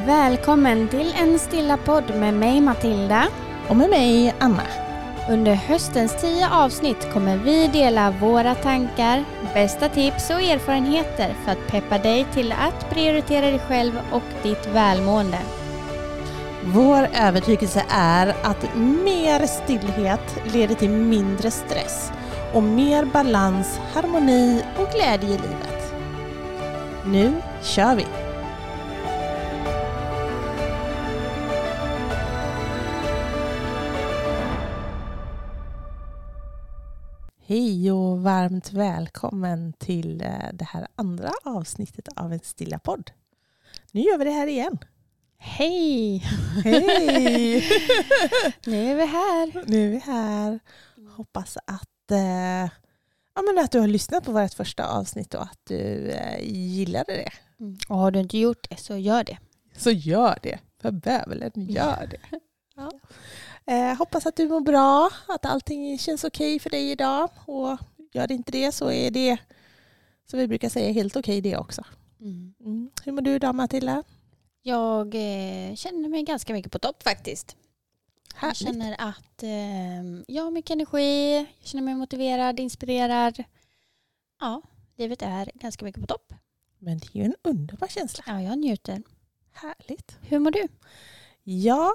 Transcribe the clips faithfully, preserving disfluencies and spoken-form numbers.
Välkommen till en stilla podd med mig Matilda och med mig Anna. Under höstens tio avsnitt kommer vi dela våra tankar, bästa tips och erfarenheter för att peppa dig till att prioritera dig själv och ditt välmående. Vår övertygelse är att mer stillhet leder till mindre stress och mer balans, harmoni och glädje i livet. Nu kör vi! Hej och varmt välkommen till det här andra avsnittet av en stilla podd. Nu gör vi det här igen. Hej! Hej! Nu är vi här. Nu är vi här. Hoppas att, eh, ja, men att du har lyssnat på vårt första avsnitt och att du eh, gillade det. Mm. Och har du inte gjort det så gör det. Så gör det. För bävelen, gör det. Ja. Eh, hoppas att du mår bra. Att allting känns okej för dig idag. Och gör det inte det så är det, som vi brukar säga, helt okej det också. Mm. Mm. Hur mår du idag, Matilda? Jag eh, känner mig ganska mycket på topp faktiskt. Härligt. Jag känner att eh, jag har mycket energi. Jag känner mig motiverad, inspirerad. Ja, livet är ganska mycket på topp. Men det är ju en underbar känsla. Ja, jag njuter. Härligt. Hur mår du? Ja,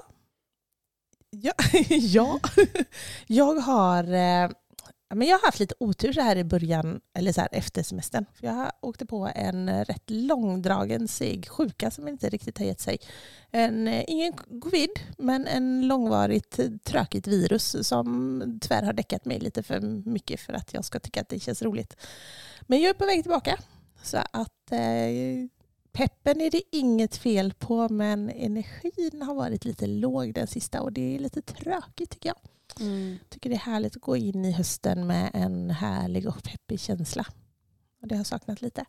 ja, ja. jag har eh, men jag har haft lite otur så här i början, eller så här efter semestern. För jag åkte på en rätt långdragen seg sjuka som inte riktigt har gett sig. En, ingen covid, men en långvarigt tråkigt virus som tyvärr har däckat mig lite för mycket för att jag ska tycka att det känns roligt. Men jag är på väg tillbaka. Så att eh, peppen är det inget fel på, men energin har varit lite låg den sista och det är lite tråkigt tycker jag. Mm. Tycker det är härligt att gå in i hösten med en härlig och peppig känsla. Och det har saknat lite.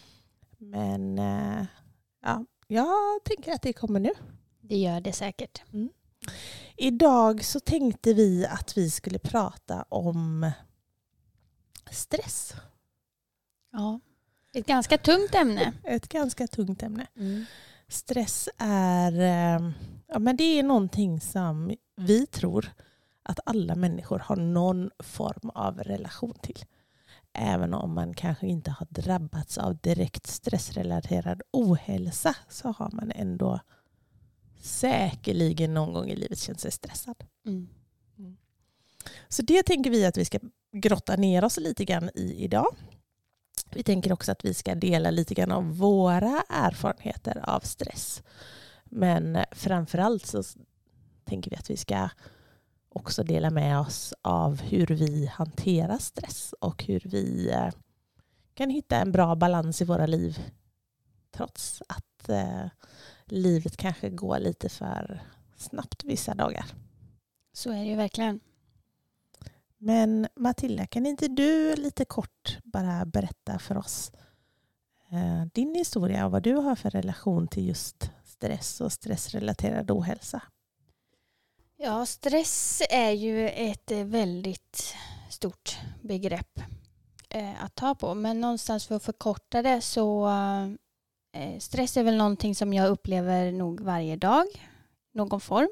Men eh, ja, jag tänker att det kommer nu. Det gör det säkert. Mm. Idag så tänkte vi att vi skulle prata om stress. Ja. Ett ganska tungt ämne. Ett ganska tungt ämne. Mm. Stress är, ja, men det är någonting som vi tror att alla människor har någon form av relation till. Även om man kanske inte har drabbats av direkt stressrelaterad ohälsa så har man ändå säkerligen någon gång i livet känt sig stressad. Mm. Mm. Så det tänker vi att vi ska grotta ner oss lite grann i idag. Vi tänker också att vi ska dela lite grann av våra erfarenheter av stress. Men framförallt så tänker vi att vi ska också dela med oss av hur vi hanterar stress och hur vi kan hitta en bra balans i våra liv trots att eh, livet kanske går lite för snabbt vissa dagar. Så är det ju verkligen. Men Matilda, kan inte du lite kort bara berätta för oss eh, din historia och vad du har för relation till just stress och stressrelaterad ohälsa? Ja, stress är ju ett väldigt stort begrepp eh, att ta på. Men någonstans för att förkorta det så eh, stress är väl någonting som jag upplever nog varje dag. Någon form.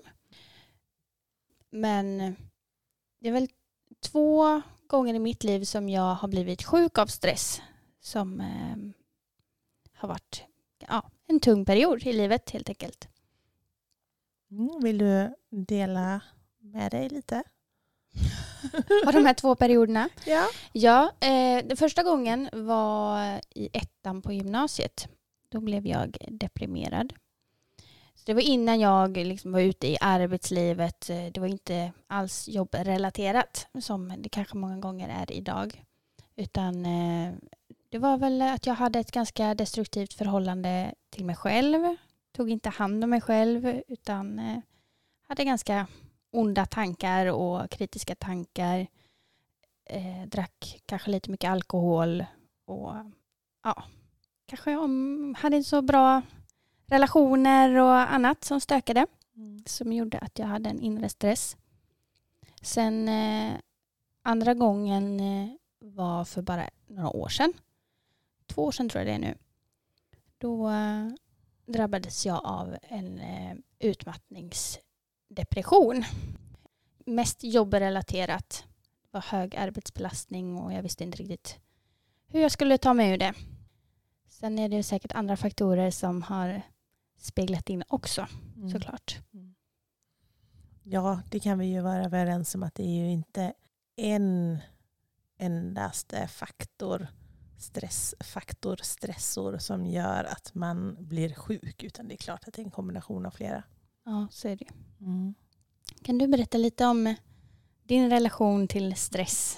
Men det är väl två gånger i mitt liv som jag har blivit sjuk av stress. Som eh, har varit ja, en tung period i livet helt enkelt. Mm, vill du dela med dig lite? Av de här två perioderna? Ja. Ja, eh, den första gången var i ettan på gymnasiet. Då blev jag deprimerad. Så det var innan jag liksom var ute i arbetslivet. Det var inte alls jobbrelaterat som det kanske många gånger är idag. Utan eh, det var väl att jag hade ett ganska destruktivt förhållande till mig själv. Tog inte hand om mig själv utan eh, hade ganska onda tankar och kritiska tankar. Eh, drack kanske lite mycket alkohol och ja, kanske om, hade inte så bra relationer och annat som stökade. Mm. Som gjorde att jag hade en inre stress. Sen eh, andra gången eh, var för bara några år sedan. Två år sedan tror jag det är nu. Då... Eh, drabbades jag av en eh, utmattningsdepression. Mest jobbrelaterat. Det var hög arbetsbelastning och jag visste inte riktigt hur jag skulle ta mig ur det. Sen är det säkert andra faktorer som har speglat in också, mm. såklart. Mm. Ja, det kan vi ju vara överens om att det är ju inte en endaste faktor, stressfaktor, stressor som gör att man blir sjuk, utan det är klart att det är en kombination av flera. Ja, så är det. Mm. Kan du berätta lite om din relation till stress?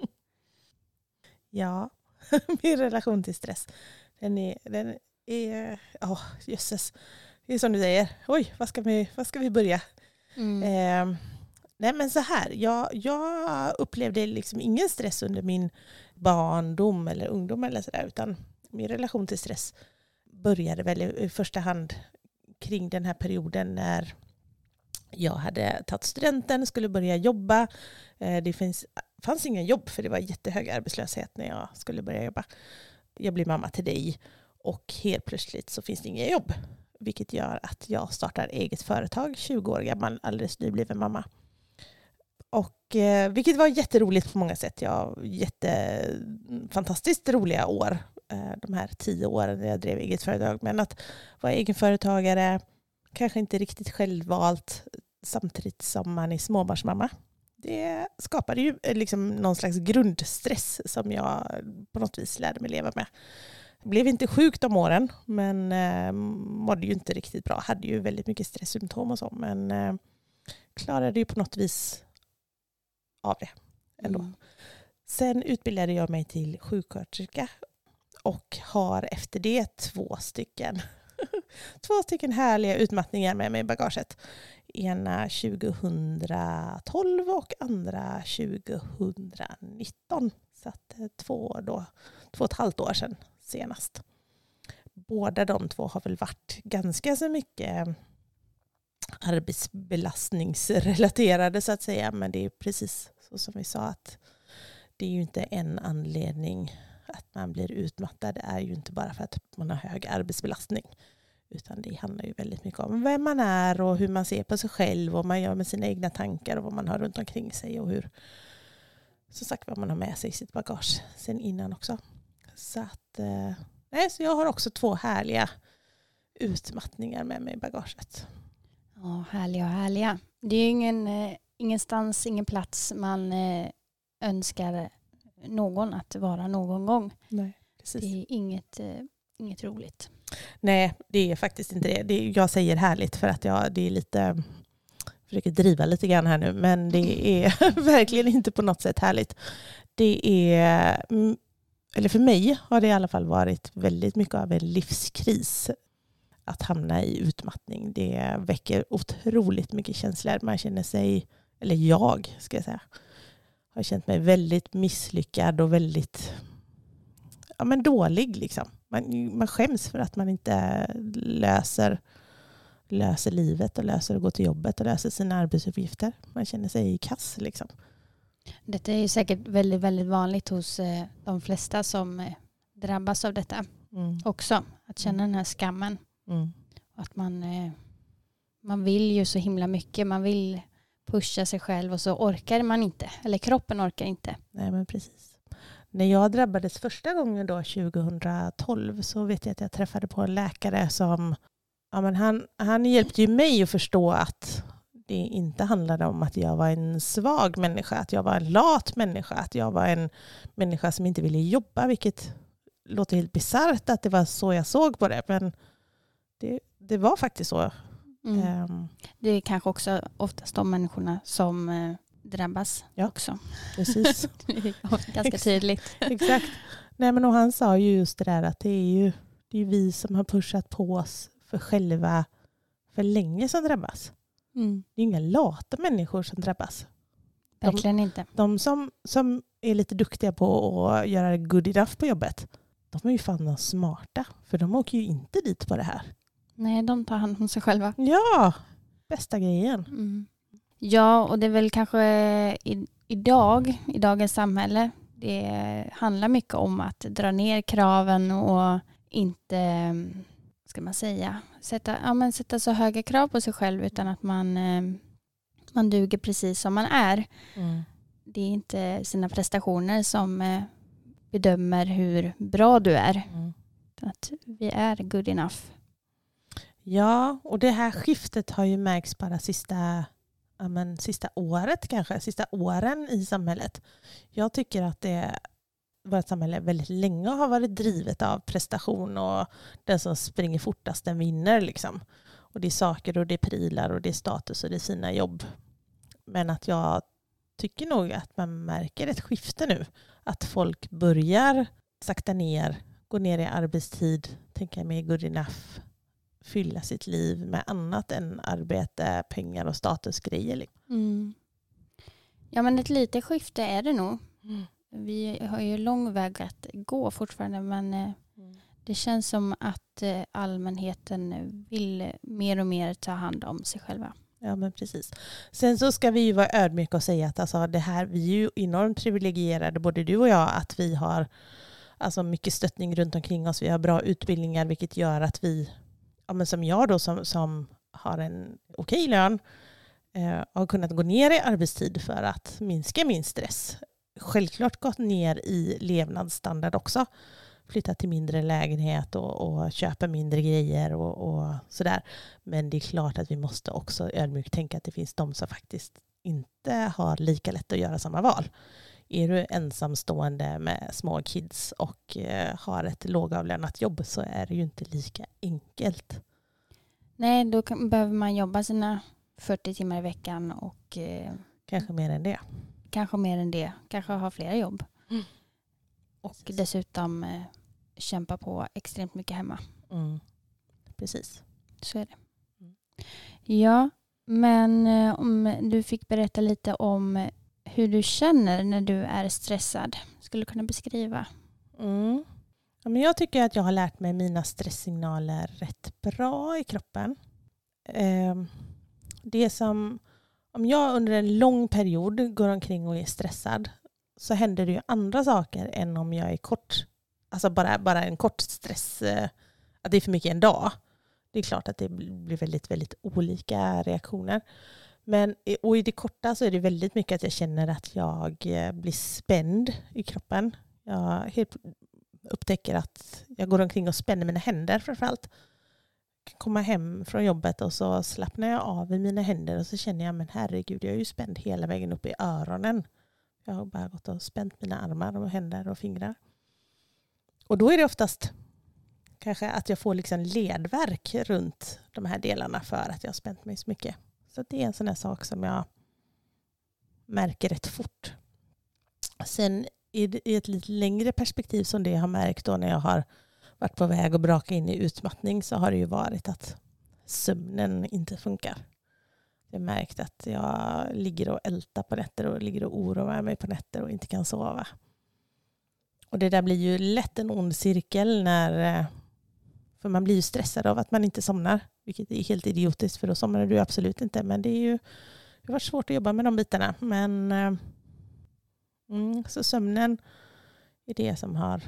Ja, min relation till stress. Den är, den är, oh, jösses. Det är som du säger. Oj, vad ska vi, vad ska vi börja? Mm. Eh, nej men så här, jag, jag upplevde liksom ingen stress under min barndom eller ungdom eller sådär, utan min relation till stress började väl i första hand kring den här perioden när jag hade tagit studenten, skulle börja jobba. Eh, det finns, fanns ingen jobb för det var jättehög arbetslöshet när jag skulle börja jobba. Jag blir mamma till dig och helt plötsligt så finns det inget jobb. Vilket gör att jag startar eget företag, tjugo år gammal, alldeles nybliven mamma. Och, eh, vilket var jätteroligt på många sätt. Jag har jättefantastiskt roliga år. Eh, de här tio åren när jag drev eget företag. Men att vara egenföretagare, kanske inte riktigt självvalt samtidigt som man är småbarnsmamma. Det skapade ju liksom någon slags grundstress som jag på något vis lärde mig leva med. Jag blev inte sjuk de åren, men eh, mådde ju inte riktigt bra. Hade ju väldigt mycket stresssymptom och så, men eh, klarade ju på något vis av det ändå. Mm. Sen utbildade jag mig till sjuksköterska och har efter det två stycken två stycken härliga utmattningar med mig i bagaget. Ena tjugohundratolv och andra tjugohundranitton. Så att två, då, två och ett halvt år sedan senast. Båda de två har väl varit ganska så mycket arbetsbelastningsrelaterade så att säga. Men det är precis så som vi sa, att det är ju inte en anledning att man blir utmattad. Det är ju inte bara för att man har hög arbetsbelastning. Utan det handlar ju väldigt mycket om vem man är och hur man ser på sig själv och vad man gör med sina egna tankar och vad man har runt omkring sig och hur, som sagt, vad man har med sig i sitt bagage sen innan också. Så att, eh, nej, så jag har också två härliga utmattningar med mig i bagaget. Ja, härliga och härliga. Det är ju ingen, eh, ingenstans, ingen plats man eh, önskar någon att vara någon gång. Nej, precis. Det är inget, eh, inget roligt. Nej, det är faktiskt inte det. det är, jag säger härligt för att jag det är lite, jag försöker driva lite grann här nu, men det är verkligen inte på något sätt härligt. Det är, eller för mig har det i alla fall varit väldigt mycket av en livskris att hamna i utmattning. Det väcker otroligt mycket känslor. Man känner sig, eller jag ska jag säga, har känt mig väldigt misslyckad och väldigt ja, men dålig liksom. Man, man skäms för att man inte löser, löser livet och löser att gå till jobbet och löser sina arbetsuppgifter. Man känner sig kass liksom. Detta är ju säkert väldigt, väldigt vanligt hos eh, de flesta som eh, drabbas av detta mm. också. Att känna mm. den här skammen. Mm. Att man, eh, man vill ju så himla mycket. Man vill pusha sig själv och så orkar man inte. Eller kroppen orkar inte. Nej, men precis. När jag drabbades första gången då tjugohundratolv så vet jag att jag träffade på en läkare som ja, men han, han hjälpte ju mig att förstå att det inte handlade om att jag var en svag människa, att jag var en lat människa, att jag var en människa som inte ville jobba, vilket låter helt bisarrt att det var så jag såg på det, men det, det var faktiskt så. Mm. Um, det är kanske också oftast de människorna som eh, drabbas ja, också. Precis. Det är ganska tydligt. Exakt. Nej, men och han sa ju just det där att det är ju det är vi som har pushat på oss för själva för länge som drabbas. Mm. Det är inga lata människor som drabbas. Verkligen de, inte. De som, som är lite duktiga på att göra good enough på jobbet, de är ju fan de smarta. För de åker ju inte dit på det här. Nej, de tar hand om sig själva. Ja, bästa grejen. Mm. Ja, och det är väl kanske i, idag, i dagens samhälle, det handlar mycket om att dra ner kraven och inte ska man säga, sätta, ja, men sätta så höga krav på sig själv utan att man, eh, man duger precis som man är. Mm. Det är inte sina prestationer som eh, bedömer hur bra du är. Mm. Att vi är good enough. Ja, och det här skiftet har ju märkts bara sista, ja, men, sista året kanske, sista åren i samhället. Jag tycker att det vårt samhälle väldigt länge har varit drivet av prestation och den som springer fortast den vinner. Liksom. Och det är saker och det är prylar och det är status och det är sina jobb. Men att jag tycker nog att man märker ett skifte nu. Att folk börjar sakta ner, gå ner i arbetstid, tänka mer good enough, fylla sitt liv med annat än arbete, pengar och statusgrejer. Mm. Ja, men ett litet skifte är det nog. Mm. Vi har ju lång väg att gå fortfarande, men mm. det känns som att allmänheten vill mer och mer ta hand om sig själva. Ja, men precis. Sen så ska vi ju vara ödmjuka och säga att alltså, det här, vi är ju enormt privilegierade, både du och jag, att vi har alltså, mycket stöttning runt omkring oss. Vi har bra utbildningar, vilket gör att vi, ja, men som jag då, som, som har en okej lön, eh, har kunnat gå ner i arbetstid för att minska min stress. Självklart gått ner i levnadsstandard också. Flyttat till mindre lägenhet och, och köpa mindre grejer och, och sådär. Men det är klart att vi måste också ödmjukt tänka att det finns de som faktiskt inte har lika lätt att göra samma val. Är du ensamstående med små kids och eh, har ett lågavlönat jobb så är det ju inte lika enkelt. Nej, då kan, behöver man jobba sina fyrtio timmar i veckan och eh, kanske mer än det. Kanske mer än det. Kanske ha flera jobb. Mm. Och Precis. dessutom eh, kämpa på extremt mycket hemma. Mm. Precis. Så är det. Mm. Ja, men eh, om du fick berätta lite om hur du känner när du är stressad. Skulle du kunna beskriva? Mm. Ja, men jag tycker att jag har lärt mig mina stresssignaler rätt bra i kroppen. Eh, det som... Om jag under en lång period går omkring och är stressad så händer det ju andra saker än om jag är kort. Alltså bara, bara en kort stress. Att det är för mycket en dag. Det är klart att det blir väldigt, väldigt olika reaktioner. Men och i det korta så är det väldigt mycket att jag känner att jag blir spänd i kroppen. Jag helt upptäcker att jag går omkring och spänner mina händer framförallt. Komma hem från jobbet och så slappnar jag av i mina händer och så känner jag, men herregud, jag är ju spänd hela vägen upp i öronen. Jag har bara gått och spänt mina armar och händer och fingrar. Och då är det oftast kanske att jag får liksom ledvärk runt de här delarna för att jag har spänt mig så mycket. Så det är en sån här sak som jag märker rätt fort. Sen i ett lite längre perspektiv som det jag har märkt då när jag har varit på väg att braka in i utmattning så har det ju varit att sömnen inte funkar. Jag har märkt att jag ligger och ältar på nätter och ligger och oroar mig på nätter och inte kan sova. Och det där blir ju lätt en ond cirkel när, för man blir ju stressad av att man inte somnar, vilket är helt idiotiskt för då somnar du absolut inte. Men det är ju det har varit svårt att jobba med de bitarna. Men mm, så sömnen är det som har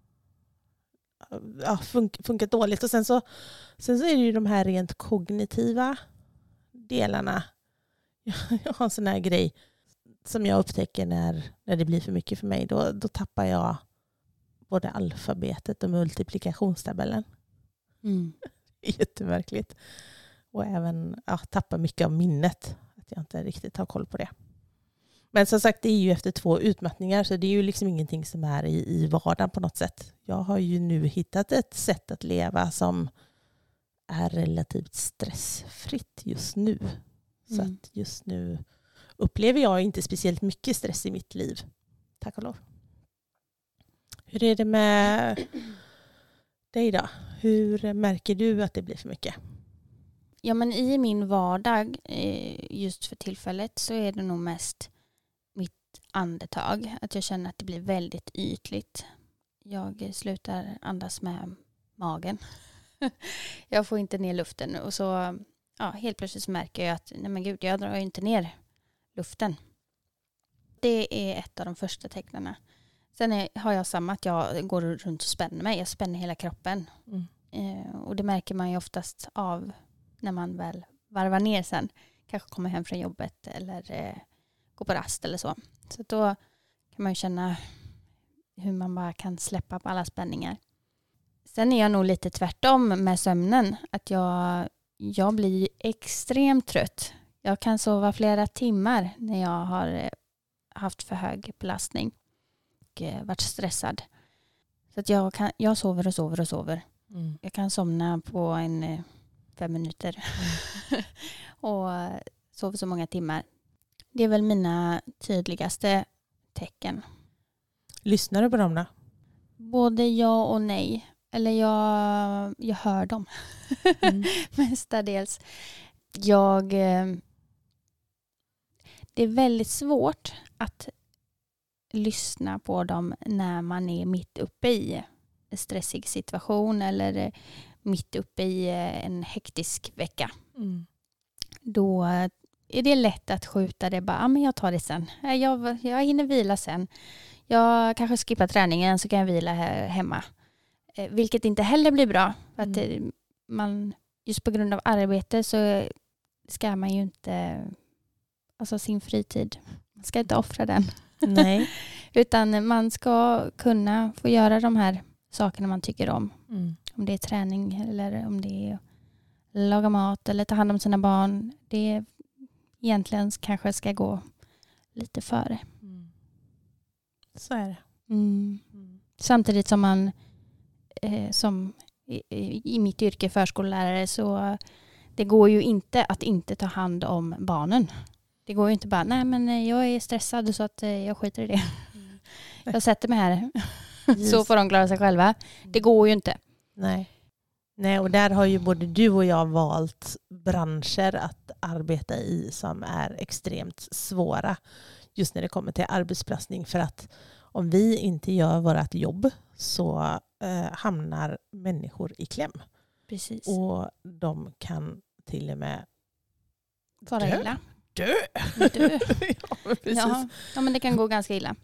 ja, fun- funkat dåligt. Och sen så, sen så är det ju de här rent kognitiva delarna. Jag, jag har en sån här grej som jag upptäcker när, när det blir för mycket för mig. Då, då tappar jag både alfabetet och multiplikationstabellen. Mm. Jättemärkligt. Och även ja, tappar mycket av minnet. Att jag inte riktigt har koll på det. Men som sagt, det är ju efter två utmattningar så det är ju liksom ingenting som är i, i vardagen på något sätt. Jag har ju nu hittat ett sätt att leva som är relativt stressfritt just nu. Så Mm. att just nu upplever jag inte speciellt mycket stress i mitt liv. Tack och lov. Hur är det med dig då? Hur märker du att det blir för mycket? Ja, men i min vardag just för tillfället så är det nog mest mitt andetag. Att jag känner att det blir väldigt ytligt. Jag slutar andas med magen. Jag får inte ner luften och så ja, helt plötsligt så märker jag att nej men gud, jag drar ju inte ner luften. Det är ett av de första tecknarna. Sen är, har jag samma att jag går runt och spänner mig. Jag spänner hela kroppen. Mm. Eh, och det märker man ju oftast av när man väl varvar ner sen. Kanske kommer hem från jobbet eller eh, går på rast eller så. Så då kan man ju känna hur man bara kan släppa på alla spänningar. Sen är jag nog lite tvärtom med sömnen. Att jag, jag blir extremt trött. Jag kan sova flera timmar när jag har haft för hög belastning och varit stressad. Så att jag, kan, jag sover och sover och sover. Mm. Jag kan somna på en fem minuter mm. och sover så många timmar. Det är väl mina tydligaste tecken. Lyssnar du på dem då? Både ja och nej. Eller jag, jag hör dem. Mm. Mestadels. Jag... Det är väldigt svårt att lyssna på dem när man är mitt uppe i en stressig situation eller mitt uppe i en hektisk vecka. Mm. Då är det lätt att skjuta det. Bara, ah, men jag tar det sen. Jag, jag hinner vila sen. Jag kanske skippar träningen så kan jag vila hemma. Vilket inte heller blir bra. För att mm. man, just på grund av arbete så ska man ju inte... Alltså sin fritid. Man ska inte offra den. Nej. Utan man ska kunna få göra de här sakerna man tycker om. Mm. Om det är träning eller om det är laga mat eller ta hand om sina barn. Det egentligen kanske ska gå lite före. Mm. Så är det. Mm. Mm. Samtidigt som man eh, som i, i mitt yrke förskollärare så det går ju inte att inte ta hand om barnen. Det går ju inte bara, nej men jag är stressad så att jag skiter i det. Mm. Jag sätter mig här. Yes. Så får de klara sig själva. Det går ju inte. Nej. Nej, och där har ju både du och jag valt branscher att arbeta i som är extremt svåra. Just när det kommer till arbetsbelastning. För att om vi inte gör vårt jobb så eh, hamnar människor i kläm. Precis. Och de kan till och med fara dö. illa. Dö. Dö. Ja, men precis. Ja, ja, men det kan gå ganska illa.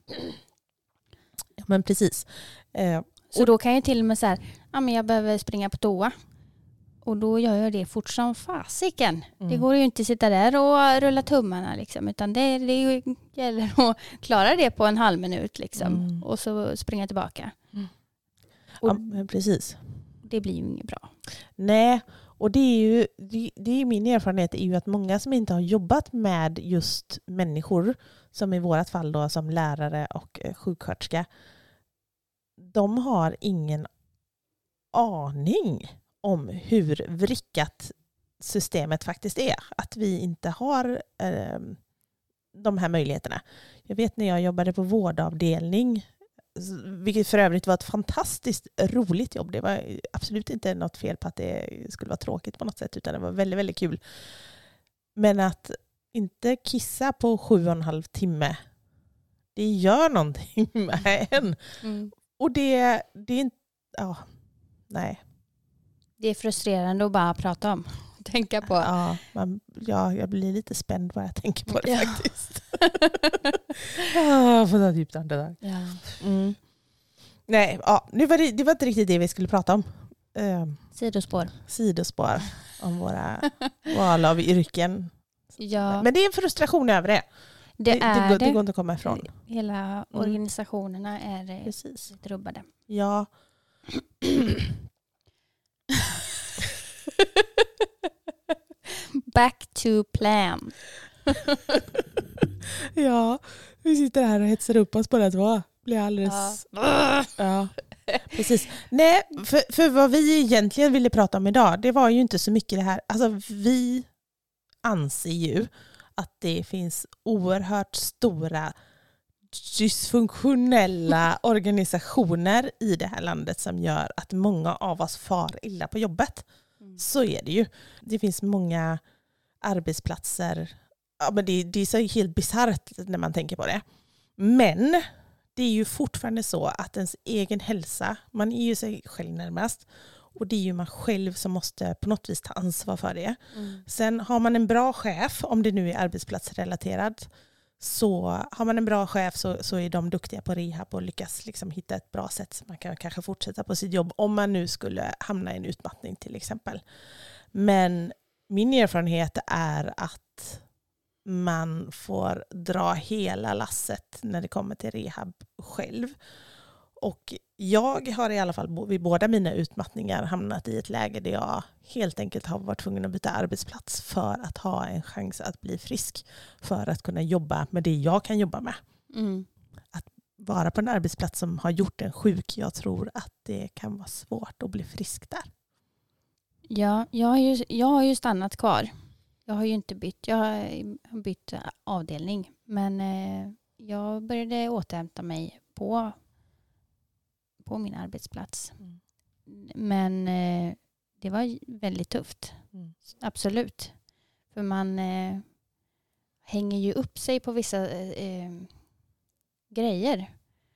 Ja, men precis. Eh, så och då kan jag till och med så här, ja, men jag behöver springa på toa. Och då gör jag det fort som fasiken. Mm. Det går ju inte att sitta där och rulla tummarna liksom. Utan det, det gäller att klara det på en halv minut liksom. Mm. Och så springa tillbaka. Mm. Och ja, men precis. Det blir ju inget bra. Nej, och det är ju det, det är min erfarenhet är ju att många som inte har jobbat med just människor, som i vårat fall då som lärare och sjuksköterska, de har ingen aning om hur vrickat systemet faktiskt är. Att vi inte har eh, de här möjligheterna. Jag vet när jag jobbade på vårdavdelning, vilket för övrigt var ett fantastiskt roligt jobb. Det var absolut inte något fel på att det skulle vara tråkigt på något sätt, utan det var väldigt, väldigt kul. Men att inte kissa på sju och en halv timme, det gör någonting med en. Mm. Och det, det är inte... Ja, nej. Det är frustrerande att bara prata om och tänka på. Ja, man, ja, jag blir lite spänd bara jag tänker på det ja. faktiskt. Jag får ta djupt det där. Ja. Mm. Nej, ja, nu var det, det var inte riktigt det vi skulle prata om. Uh, sidospår. Sidospår om våra val av yrken. Ja. Men det är en frustration över det. Det, det, är det, går, det. det går inte att komma ifrån. Hela organisationerna är Precis. lite rubbade. Ja. Back to plan. Ja, vi sitter här och hetsar upp oss på det två. Blir alldeles... Ja. Ja. Precis. Nej, för, för vad vi egentligen ville prata om idag, det var ju inte så mycket det här. Alltså vi anser ju att det finns oerhört stora dysfunktionella organisationer i det här landet som gör att många av oss far illa på jobbet. Mm. Så är det ju. Det finns många arbetsplatser. Ja, men det, det är så helt bisarrt när man tänker på det. Men det är ju fortfarande så att ens egen hälsa, man är ju sig själv närmast. Och det är ju man själv som måste på något vis ta ansvar för det. Mm. Sen har man en bra chef, om det nu är arbetsplatsrelaterat, så har man en bra chef så, så är de duktiga på rehab och lyckas liksom hitta ett bra sätt så man kan kanske fortsätta på sitt jobb om man nu skulle hamna i en utmattning till exempel. Men min erfarenhet är att man får dra hela lasset när det kommer till rehab själv. Och jag har i alla fall vid båda mina utmattningar hamnat i ett läge där jag helt enkelt har varit tvungen att byta arbetsplats för att ha en chans att bli frisk. För att kunna jobba med det jag kan jobba med. Mm. Att vara på en arbetsplats som har gjort en sjuk, jag tror att det kan vara svårt att bli frisk där. Ja, jag har ju, jag har ju stannat kvar. Jag har ju inte bytt. Jag har bytt avdelning. Men eh, jag började återhämta mig på, på min arbetsplats. Mm. Men eh, det var väldigt tufft. Mm. Absolut. För man eh, hänger ju upp sig på vissa eh, grejer.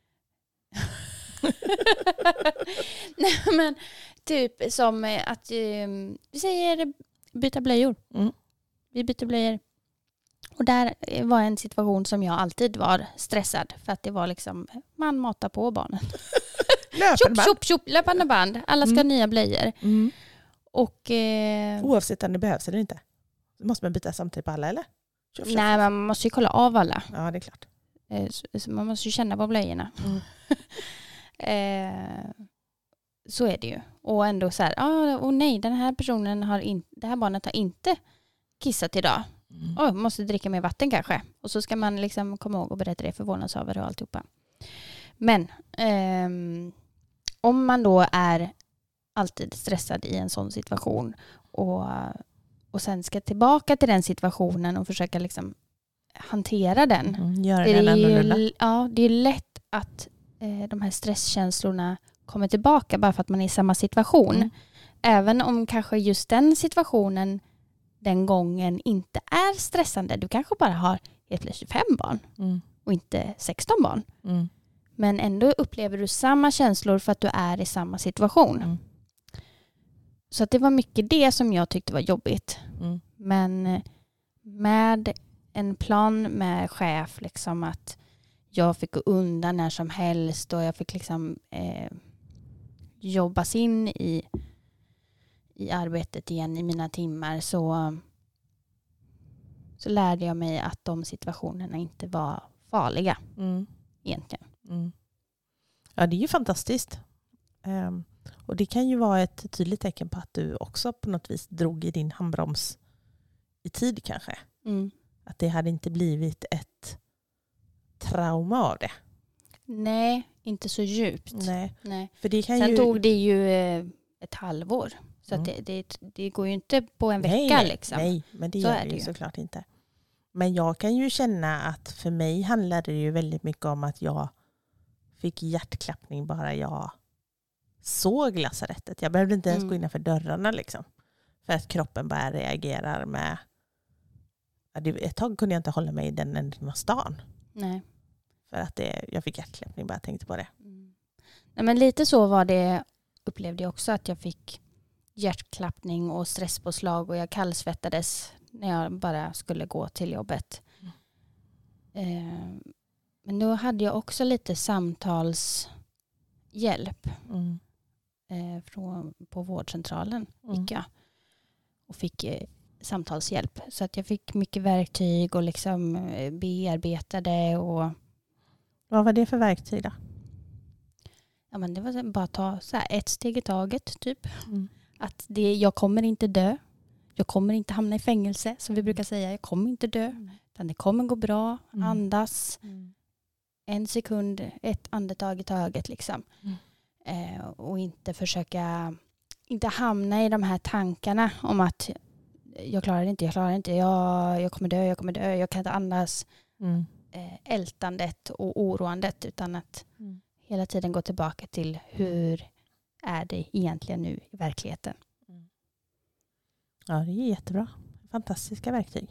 Nej, men typ som att eh, vi säger byta blöjor. Mm. Vi byter blöjor. Och där var en situation som jag alltid var stressad. För att det var liksom, man matar på barnen. Löpande band. Tjup, tjup, löpande band. Alla ska mm. ha nya blöjor. Mm. Och, eh, oavsett om det behövs eller inte. Måste man byta samtidigt på alla eller? Tjup, tjup. Nej, man måste ju kolla av alla. Ja, det är klart. Eh, så, så man måste ju känna på blöjorna. Mm. eh, så är det ju. Och ändå så här, ah, oh, nej, den här personen har in, det här barnet har inte kissat idag. Mm. Oh, måste dricka mer vatten kanske. Och så ska man liksom komma ihåg och berätta det för vårdnadshavare och alltihopa. Men eh, om man då är alltid stressad i en sån situation och, och sen ska tillbaka till den situationen och försöka liksom hantera den. Mm, göra det den annorlunda. Ju, ja, det är lätt att eh, de här stresskänslorna kommer tillbaka bara för att man är i samma situation. Mm. Även om kanske just den situationen den gången inte är stressande. Du kanske bara har helt plötsligt fem barn mm. och inte sexton barn. Mm. Men ändå upplever du samma känslor för att du är i samma situation. Mm. Så att det var mycket det som jag tyckte var jobbigt. Mm. Men med en plan med chef, liksom att jag fick gå undan när som helst och jag fick liksom eh, jobbas in i, i arbetet igen i mina timmar, så, så lärde jag mig att de situationerna inte var farliga mm. egentligen. Mm. Ja, det är ju fantastiskt. Um, och det kan ju vara ett tydligt tecken på att du också på något vis drog i din handbroms i tid kanske. Mm. Att det hade inte blivit ett trauma av det. Nej, inte så djupt. Nej. Nej. För det kan Sen ju... tog det ju ett halvår. Så mm. att det, det, det går ju inte på en nej, vecka. Nej, liksom. nej, men det så gör är det det ju ju såklart inte. Men jag kan ju känna att för mig handlade det ju väldigt mycket om att jag fick hjärtklappning bara jag såg lasarettet. Jag behövde inte ens mm. gå innanför dörrarna liksom. För att kroppen bara reagerar med... Ett tag kunde jag inte hålla mig i den änden av stan. Nej. För att det, jag fick hjärtklappning bara jag tänkte på det. Mm. Nej, men lite så var det, upplevde jag också, att jag fick hjärtklappning och stresspåslag och jag kallsvettades när jag bara skulle gå till jobbet. Mm. Eh, men då hade jag också lite samtalshjälp mm. eh, från, på vårdcentralen. Mm. Gick jag och fick eh, samtalshjälp. Så att jag fick mycket verktyg och liksom eh, bearbetade. Och... Vad var det för verktyg då? Ja, men det var bara att ta så här ett steg i taget typ. Mm. Att det, jag kommer inte dö. Jag kommer inte hamna i fängelse, som vi brukar säga. Jag kommer inte dö. Mm. Utan det kommer gå bra. Mm. Andas. Mm. En sekund, ett andetag i taget liksom. Mm. Eh, och inte försöka, inte hamna i de här tankarna om att jag klarar det inte, jag klarar det inte, jag, jag kommer dö, jag kommer dö, jag kan inte andas. Mm. Eh, ältandet och oroandet, utan att mm. hela tiden gå tillbaka till hur är det egentligen nu i verkligheten. Mm. Ja, det är jättebra. Fantastiska verktyg.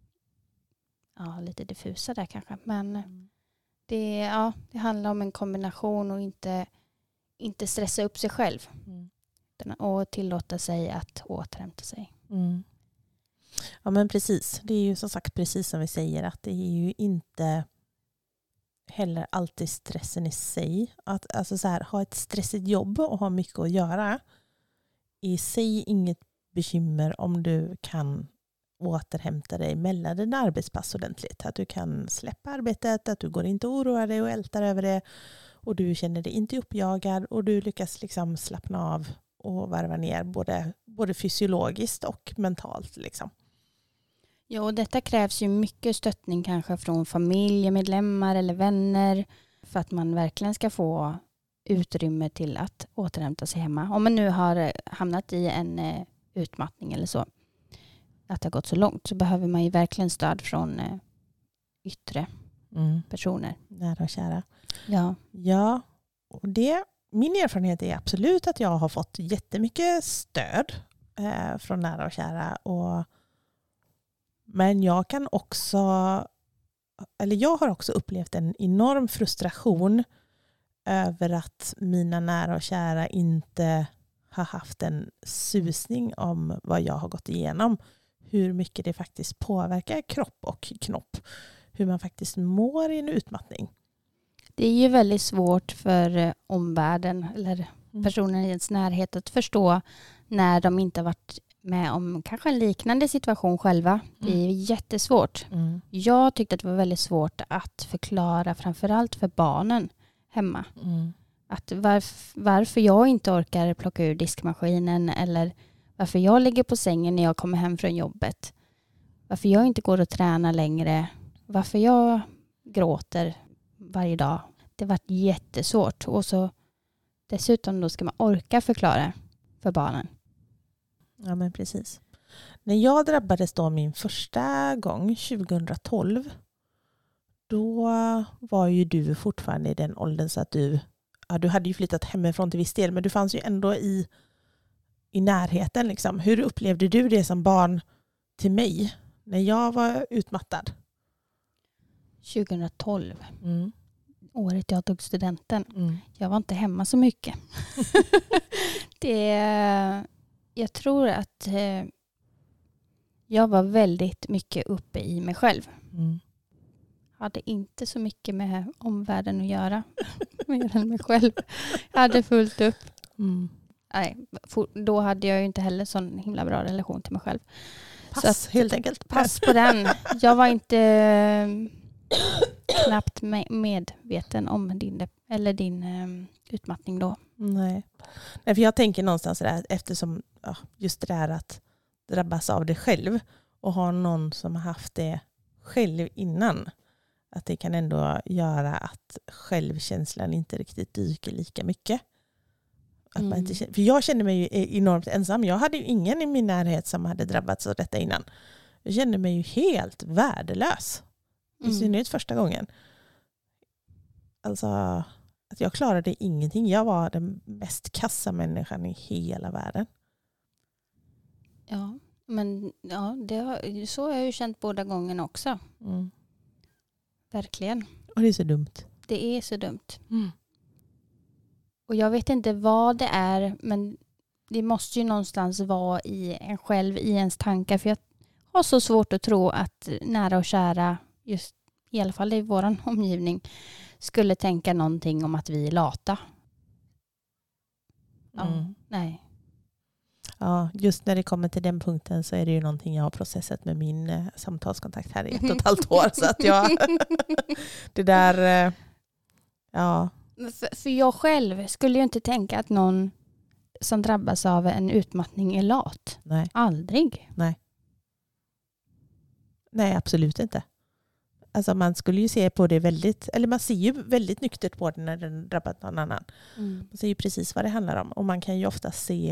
Ja, lite diffusa där kanske, men mm. det, ja, det handlar om en kombination och inte, inte stressa upp sig själv. Mm. Och tillåta sig att återhämta sig. Mm. Ja men precis. Det är ju som sagt precis som vi säger att det är ju inte heller alltid stressen i sig. Att alltså så här, ha ett stressigt jobb och ha mycket att göra i sig inget bekymmer om du kan återhämta dig mellan dina arbetspass ordentligt. Att du kan släppa arbetet, att du går inte och oroar dig och ältar över det och du känner dig inte uppjagad och du lyckas liksom slappna av och varva ner både, både fysiologiskt och mentalt. Liksom. Ja, och detta krävs ju mycket stöttning kanske från familjemedlemmar eller vänner för att man verkligen ska få utrymme till att återhämta sig hemma. Om man nu har hamnat i en eh, utmattning eller så, att det har gått så långt, så behöver man ju verkligen stöd från eh, yttre mm. personer. Nära och kära. Ja. Ja, och det, min erfarenhet är absolut att jag har fått jättemycket stöd eh, från nära och kära. Och, men jag kan också, eller jag har också upplevt en enorm frustration över att mina nära och kära inte har haft en susning om vad jag har gått igenom. Hur mycket det faktiskt påverkar kropp och knopp. Hur man faktiskt mår i en utmattning. Det är ju väldigt svårt för omvärlden eller personer i ens närhet att förstå när de inte har varit med om kanske en liknande situation själva. Det är mm. jättesvårt. Mm. Jag tyckte att det var väldigt svårt att förklara framförallt för barnen hemma. Mm. Att varf- varför jag inte orkar plocka ur diskmaskinen eller varför jag ligger på sängen när jag kommer hem från jobbet. Varför jag inte går och tränar längre. Varför jag gråter varje dag. Det var jättesvårt. Och så dessutom då ska man orka förklara för barnen. Ja men precis. När jag drabbades då min första gång tjugohundratolv, då var ju du fortfarande i den åldern så att du, ja, du hade ju flyttat hemifrån till viss del, men du fanns ju ändå i, i närheten. Liksom. Hur upplevde du det som barn till mig när jag var utmattad? tjugohundratolv. Mm. Året jag tog studenten. Mm. Jag var inte hemma så mycket. det, jag tror att eh, jag var väldigt mycket uppe i mig själv. Mm. Hade inte så mycket med omvärlden att göra. Mer än mig själv. Jag hade fullt upp. Mm. Nej, for, då hade jag ju inte heller sån himla bra relation till mig själv. Pass, så att, helt enkelt. Pass på den. Jag var inte knappt medveten om din, eller din um, utmattning då. Nej. Nej, för jag tänker någonstans där, eftersom ja, just det där att drabbas av det själv och ha någon som har haft det själv innan, att det kan ändå göra att självkänslan inte riktigt dyker lika mycket. Att mm. man inte känner, för jag kände mig ju enormt ensam. Jag hade ju ingen i min närhet som hade drabbats av detta innan. Jag kände mig ju helt värdelös. I mm. synnerhet första gången. Alltså att jag klarade ingenting. Jag var den mest kassa människan i hela världen. Ja, men ja, det har, så har jag ju känt båda gångerna också. Mm. Verkligen. Och det är så dumt. Det är så dumt. Mm. Och jag vet inte vad det är, men det måste ju någonstans vara i en själv, i ens tankar. För jag har så svårt att tro att nära och kära, just i alla fall i vår omgivning, skulle tänka någonting om att vi är lata. Ja, mm. nej. Ja, just när det kommer till den punkten så är det ju någonting jag har processat med min eh, samtalskontakt här i ett och ett halvt år. Så att jag, det där, eh, ja. För, för jag själv skulle ju inte tänka att någon som drabbas av en utmattning är lat. Nej. Aldrig. Nej. Nej, absolut inte. Alltså man skulle ju se på det väldigt, eller man ser ju väldigt nyktert på det när den drabbat någon annan. Mm. Man ser ju precis vad det handlar om. Och man kan ju ofta se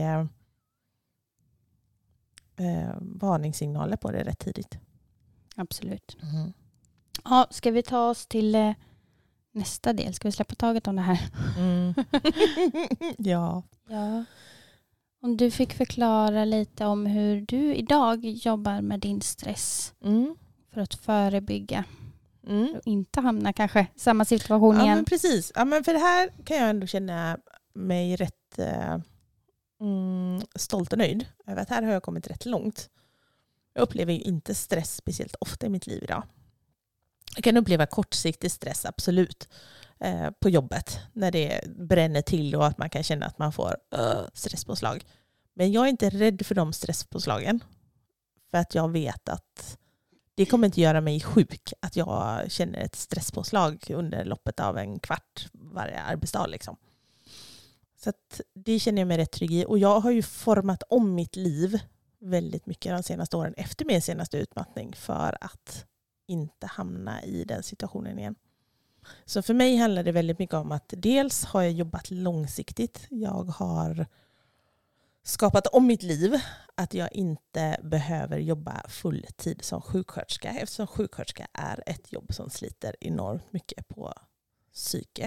eh, varningssignaler på det rätt tidigt. Absolut. Mm. Ja, ska vi ta oss till eh, nästa del? Ska vi släppa taget om det här? Mm. ja. ja. Om du fick förklara lite om hur du idag jobbar med din stress mm. för att förebygga mm. och inte hamna kanske i samma situation ja, igen. Men precis. Ja, men för det här kan jag ändå känna mig rätt eh, mm, stolt och nöjd över att här har jag kommit rätt långt. Jag upplever ju inte stress speciellt ofta i mitt liv idag. Jag kan uppleva kortsiktig stress, absolut, eh, på jobbet. När det bränner till och att man kan känna att man får uh, stresspåslag. Men jag är inte rädd för de stresspåslagen. För att jag vet att det kommer inte göra mig sjuk att jag känner ett stresspåslag under loppet av en kvart varje arbetsdag. Liksom. Så att det känner jag mig rätt trygg i. Och jag har ju format om mitt liv väldigt mycket de senaste åren efter min senaste utmattning för att inte hamna i den situationen igen. Så för mig handlar det väldigt mycket om att dels har jag jobbat långsiktigt. Jag har skapat om mitt liv att jag inte behöver jobba full tid som sjuksköterska eftersom sjuksköterska är ett jobb som sliter enormt mycket på psyke.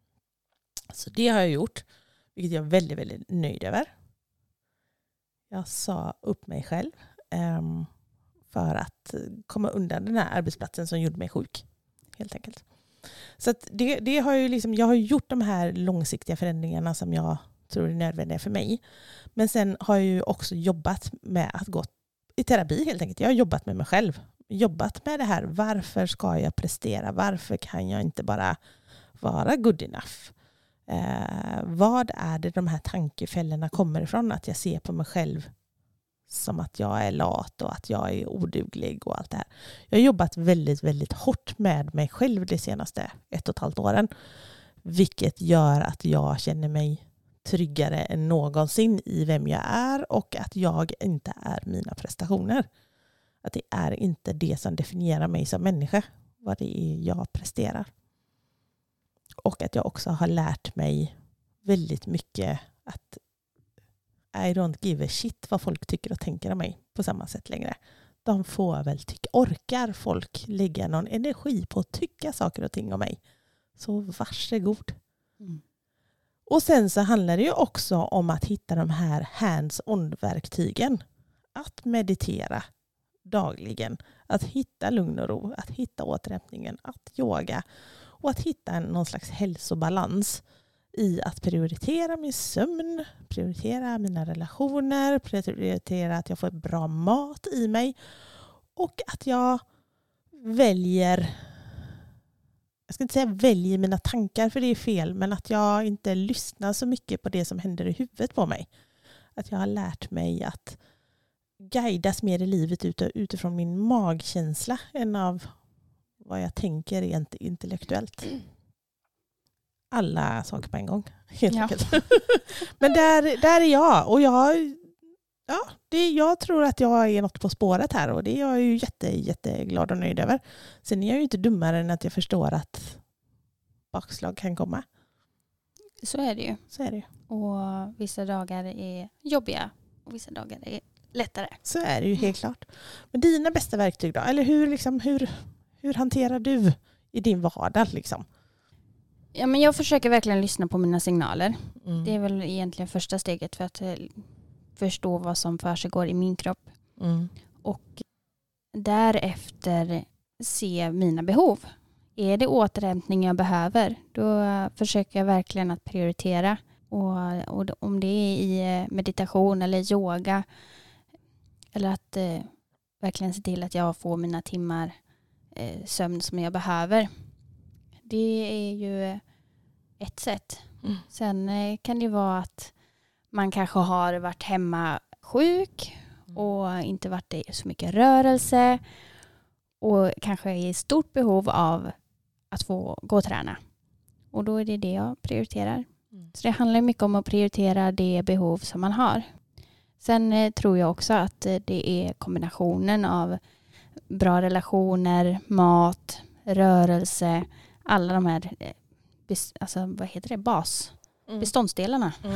Så det har jag gjort, vilket jag är väldigt, väldigt nöjd över. Jag sa upp mig själv um, för att komma undan den här arbetsplatsen som gjorde mig sjuk, helt enkelt. Så att det, det har ju liksom, jag har gjort de här långsiktiga förändringarna som jag tror är nödvändiga för mig. Men sen har jag ju också jobbat med att gå i terapi helt enkelt. Jag har jobbat med mig själv. Jobbat med det här. Varför ska jag prestera? Varför kan jag inte bara vara good enough? Eh, vad är det de här tankefällorna kommer ifrån? Att jag ser på mig själv som att jag är lat och att jag är oduglig och allt det här. Jag har jobbat väldigt, väldigt hårt med mig själv de senaste ett och ett halvt åren. Vilket gör att jag känner mig tryggare än någonsin i vem jag är och att jag inte är mina prestationer. Att det är inte det som definierar mig som människa, vad det är jag presterar. Och att jag också har lärt mig väldigt mycket att I don't give a shit vad folk tycker och tänker om mig på samma sätt längre. De får väl tycka, orkar folk lägga någon energi på att tycka saker och ting om mig, så varsågod. Mm. Och sen så handlar det ju också om att hitta de här hands-on-verktygen. Att meditera dagligen. Att hitta lugn och ro. Att hitta återhämtningen. Att yoga. Och att hitta någon slags hälsobalans i att prioritera min sömn. Prioritera mina relationer. Prioritera att jag får bra mat i mig. Och att jag väljer... Jag ska inte säga väljer mina tankar för det är fel, men att jag inte lyssnar så mycket på det som händer i huvudet på mig. Att jag har lärt mig att guidas mer i livet utifrån min magkänsla än av vad jag tänker rent intellektuellt. Alla saker på en gång, helt ja. enkelt. Men där, där är jag och jag, ja, det, jag tror att jag är något på spåret här och det är jag ju jätte, jätteglad och nöjd över. Sen är jag ju inte dummare än att jag förstår att bakslag kan komma. Så är det ju. Så är det ju. Och vissa dagar är jobbiga och vissa dagar är lättare. Så är det ju helt klart. Men dina bästa verktyg då? Eller hur, liksom, hur, hur hanterar du i din vardag liksom? Ja, men jag försöker verkligen lyssna på mina signaler. Mm. Det är väl egentligen första steget för att förstå vad som försiggår i min kropp. Mm. Och därefter se mina behov. Är det återhämtning jag behöver, då försöker jag verkligen att prioritera. Och, och om det är i meditation eller yoga eller att eh, verkligen se till att jag får mina timmar eh, sömn som jag behöver. Det är ju ett sätt. Mm. Sen eh, kan det vara att man kanske har varit hemma sjuk och inte varit i så mycket rörelse och kanske är i stort behov av att få gå och träna. Och då är det det jag prioriterar. Mm. Så det handlar mycket om att prioritera det behov som man har. Sen eh, tror jag också att eh, det är kombinationen av bra relationer, mat, rörelse, alla de här eh, bes, alltså, vad heter det? Bas. Mm. Beståndsdelarna. Mm.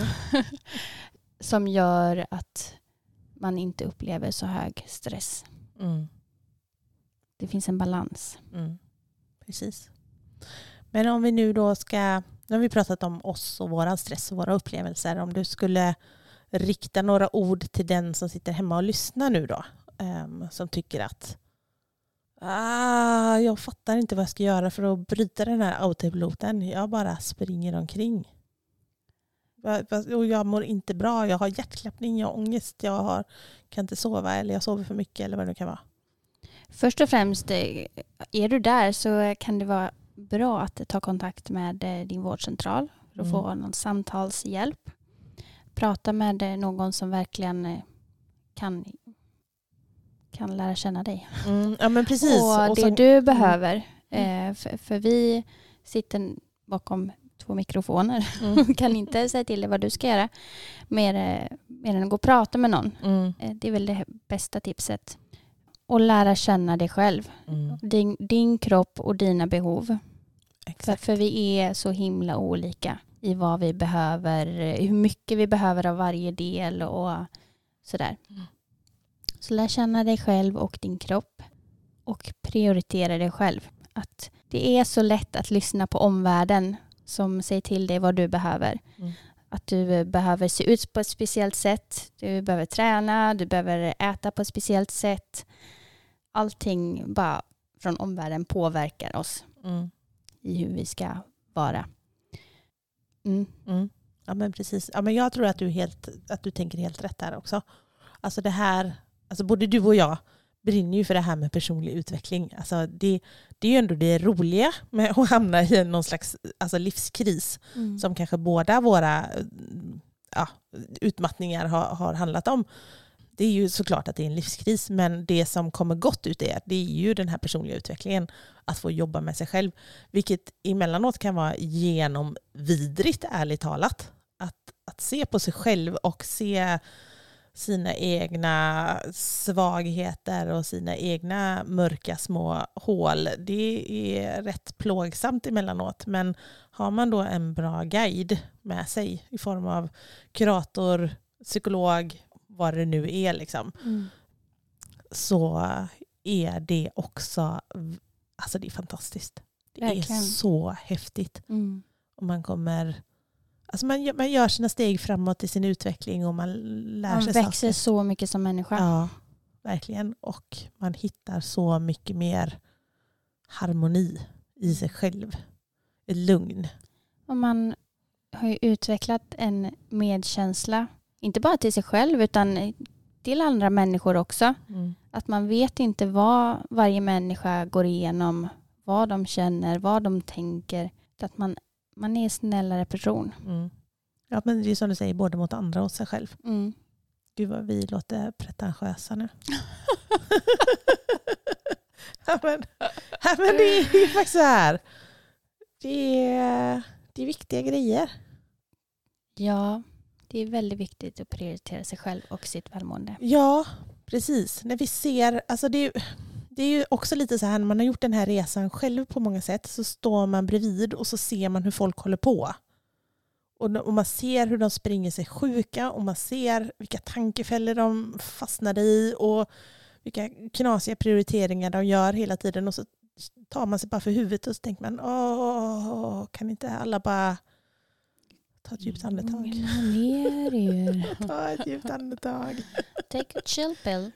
Som gör att man inte upplever så hög stress. Mm. Det finns en balans. Mm. Precis. Men om vi nu då ska, nu har vi pratat om oss och våran stress och våra upplevelser. Om du skulle rikta några ord till den som sitter hemma och lyssnar nu då. Um, som tycker att ah, jag fattar inte vad jag ska göra för att bryta den här autopiloten. Jag bara springer omkring. Och jag mår inte bra, jag har hjärtklappning, jag har ångest, jag har, kan inte sova eller jag sover för mycket eller vad det nu kan vara. Först och främst, är du där så kan det vara bra att ta kontakt med din vårdcentral för att mm. få någon samtalshjälp. Prata med någon som verkligen kan, kan lära känna dig. Mm, ja, men precis. Och, och det så, du behöver, mm. eh, för, för vi sitter bakom två mikrofoner mm. kan inte säga till dig vad du ska göra mer, mer än att gå och prata med någon. Mm. Eh, det är väl det bästa tipset. Och lära känna dig själv. Mm. Din, din kropp och dina behov. För, för vi är så himla olika i vad vi behöver, hur mycket vi behöver av varje del och sådär. Mm. Så lär känna dig själv och din kropp. Och prioritera dig själv. Att det är så lätt att lyssna på omvärlden som säger till dig vad du behöver. Mm. Att du behöver se ut på ett speciellt sätt. Du behöver träna, du behöver äta på ett speciellt sätt. Allting bara från omvärlden påverkar oss mm. i hur vi ska vara. Mm. Mm. Ja, men precis. Ja, men jag tror att du, helt, att du tänker helt rätt där också. Alltså det här, alltså både du och jag brinner ju för det här med personlig utveckling. Alltså det, det är ju ändå det roliga med att hamna i någon slags alltså livskris mm. som kanske båda våra ja, utmattningar har, har handlat om. Det är ju såklart att det är en livskris, men det som kommer gott ut är, det är ju den här personliga utvecklingen. Att få jobba med sig själv. Vilket emellanåt kan vara genomvidrigt, ärligt talat. Att, att se på sig själv och se sina egna svagheter och sina egna mörka små hål. Det är rätt plågsamt emellanåt. Men har man då en bra guide med sig i form av kurator, psykolog, vad det nu är liksom, mm. så är det också, alltså det är fantastiskt. Det Verkligen. Är så häftigt. Mm. Och man kommer, alltså man, man gör sina steg framåt i sin utveckling och man lär man sig Man växer saker. Så mycket som människa. Ja, verkligen. Och man hittar så mycket mer harmoni i sig själv. Ett lugn. Och man har ju utvecklat en medkänsla. Inte bara till sig själv utan till andra människor också. Mm. Att man vet inte vad varje människa går igenom. Vad de känner, vad de tänker. Att man, man är en snällare person. Mm. Ja, men det är som du säger, både mot andra och sig själv. Mm. Gud vad vi låter pretentiösa nu. ja, men, ja, men det är ju faktiskt så här. Det är, det är viktiga grejer. Ja, det är väldigt viktigt att prioritera sig själv och sitt välmående. Ja, precis. När vi ser, alltså det är, det är ju också lite så här, när man har gjort den här resan själv på många sätt så står man bredvid och så ser man hur folk håller på. Och, och man ser hur de springer sig sjuka och man ser vilka tankefällor de fastnar i och vilka knasiga prioriteringar de gör hela tiden. Och så tar man sig bara för huvudet och så tänker man, åh, kan inte alla bara ta ett djupt andetag? Ner er. Ta ett djupt andetag. Take a chill pill.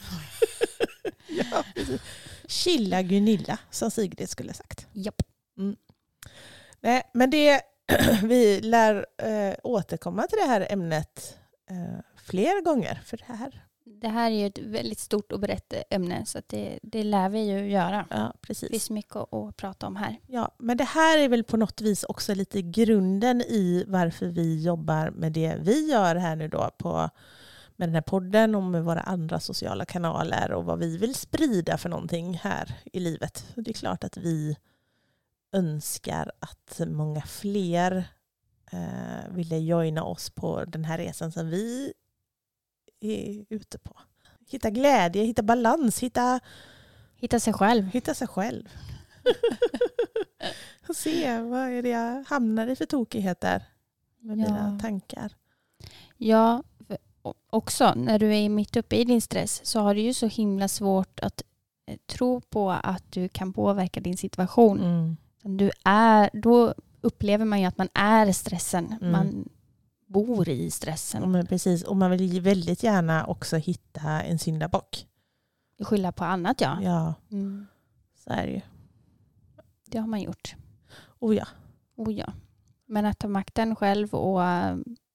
ja, precis. Chilla Gunilla, som Sigrid skulle sagt. Japp. Mm. Nej, men det vi lär äh, återkomma till det här ämnet äh, fler gånger. För det här Det här är ju ett väldigt stort och brett ämne så att det, det lär vi ju göra. Ja, precis. Det finns mycket att, att prata om här. Ja, men det här är väl på något vis också lite grunden i varför vi jobbar med det vi gör här nu då på, med den här podden och med våra andra sociala kanaler och vad vi vill sprida för någonting här i livet. Det är klart att vi önskar att många fler eh, ville joina oss på den här resan som vi är ute på. Hitta glädje, hitta balans, hitta hitta sig själv. Hitta sig själv. Och se vad är det jag hamnar i för tokigheter med ja. mina tankar. Ja, också när du är mitt uppe i din stress så har du ju så himla svårt att tro på att du kan påverka din situation. Mm. Du är, då upplever man ju att man är stressen. Mm. Man bor i stressen. Ja, men precis. Och man vill väldigt gärna också hitta en syndabock. Skylla på annat, ja. Ja, mm. så är det ju. Det har man gjort. Oh ja. Oh ja. Men att ta makten själv och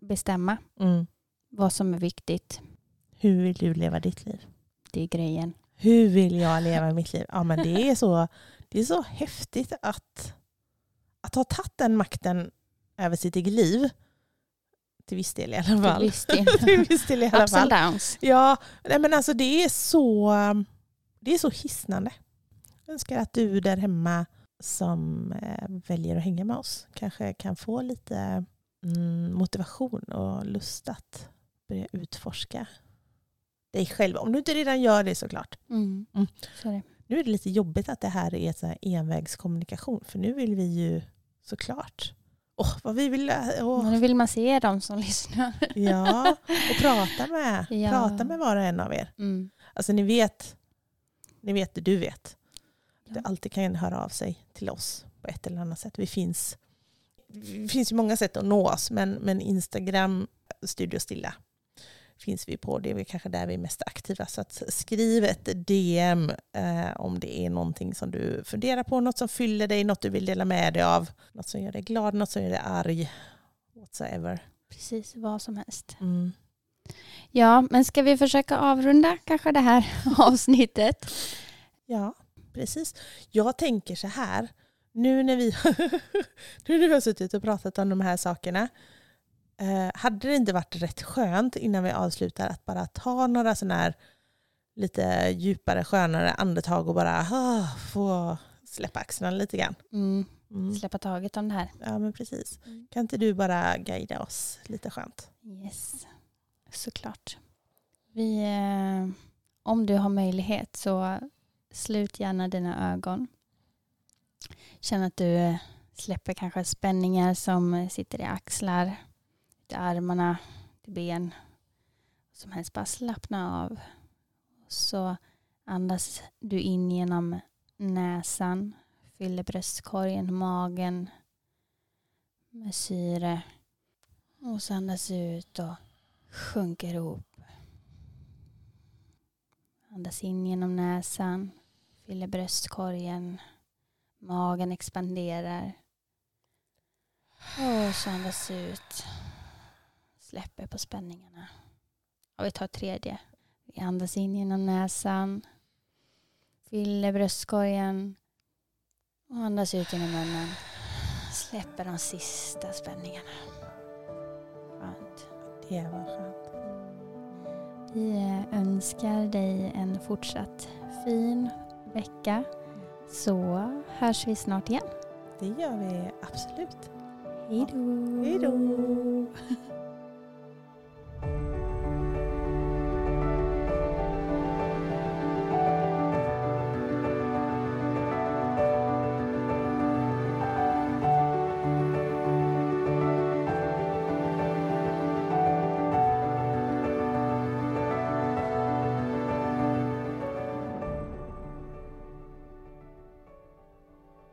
bestämma Mm. vad som är viktigt. Hur vill du leva ditt liv? Det är grejen. Hur vill jag leva mitt liv? Ja, men det är så, det är så häftigt att, att ha tagit den makten över sitt eget liv. Till viss del i alla fall. Till viss del. Till viss del i alla Ups fall. and downs. Ja, nej, men alltså det är så det är så hisnande. Jag önskar att du där hemma som eh, väljer att hänga med oss kanske kan få lite mm, motivation och lust att börja utforska dig själv. Om du inte redan gör det såklart. Mm. Mm. Så är det. Nu är det lite jobbigt att det här är ett så här envägskommunikation. För nu vill vi ju såklart åh, vad vi vill åh. Men nu vill man se dem som lyssnar. Ja, och prata med, Ja. prata med var och en av er. Mm. Alltså ni vet, ni vet det du vet. Ja. Du alltid kan höra av sig till oss på ett eller annat sätt. Vi finns, det finns ju många sätt att nå oss, men, men Instagram, Studio Stilla, finns vi på. Det är väl kanske där vi är mest aktiva. Så att skriv ett D M eh, om det är någonting som du funderar på, något som fyller dig, något du vill dela med dig av, något som gör dig glad, något som gör dig arg, whatsoever. Precis, vad som helst. Mm. Ja, men ska vi försöka avrunda kanske det här avsnittet? Ja, precis. Jag tänker så här, nu när vi, nu när vi har suttit och pratat om de här sakerna, eh, hade det inte varit rätt skönt innan vi avslutar att bara ta några sådana här lite djupare, skönare andetag och bara ah, få släppa axlarna lite grann. Mm. Mm. Släppa taget om det här. Ja, men precis. Mm. Kan inte du bara guida oss lite skönt? Yes, såklart. Vi, eh, om du har möjlighet så slut gärna dina ögon. Känn att du eh, släpper kanske spänningar som sitter i axlar, i armarna, i ben. Som helst, bara slappna av. Så andas du in genom näsan, fyller bröstkorgen, magen med syre. Och så andas ut och sjunker ihop. Andas in genom näsan, fyller bröstkorgen, magen expanderar. Och så andas ut, släpper på spänningarna. Och vi tar tredje. Vi andas in genom näsan, fyller bröstkorgen och andas ut genom munnen. Släpper de sista spänningarna. Skönt. Det var skönt. Vi önskar dig en fortsatt fin vecka. Så hörs vi snart igen. Det gör vi absolut. Hej då! Hej då!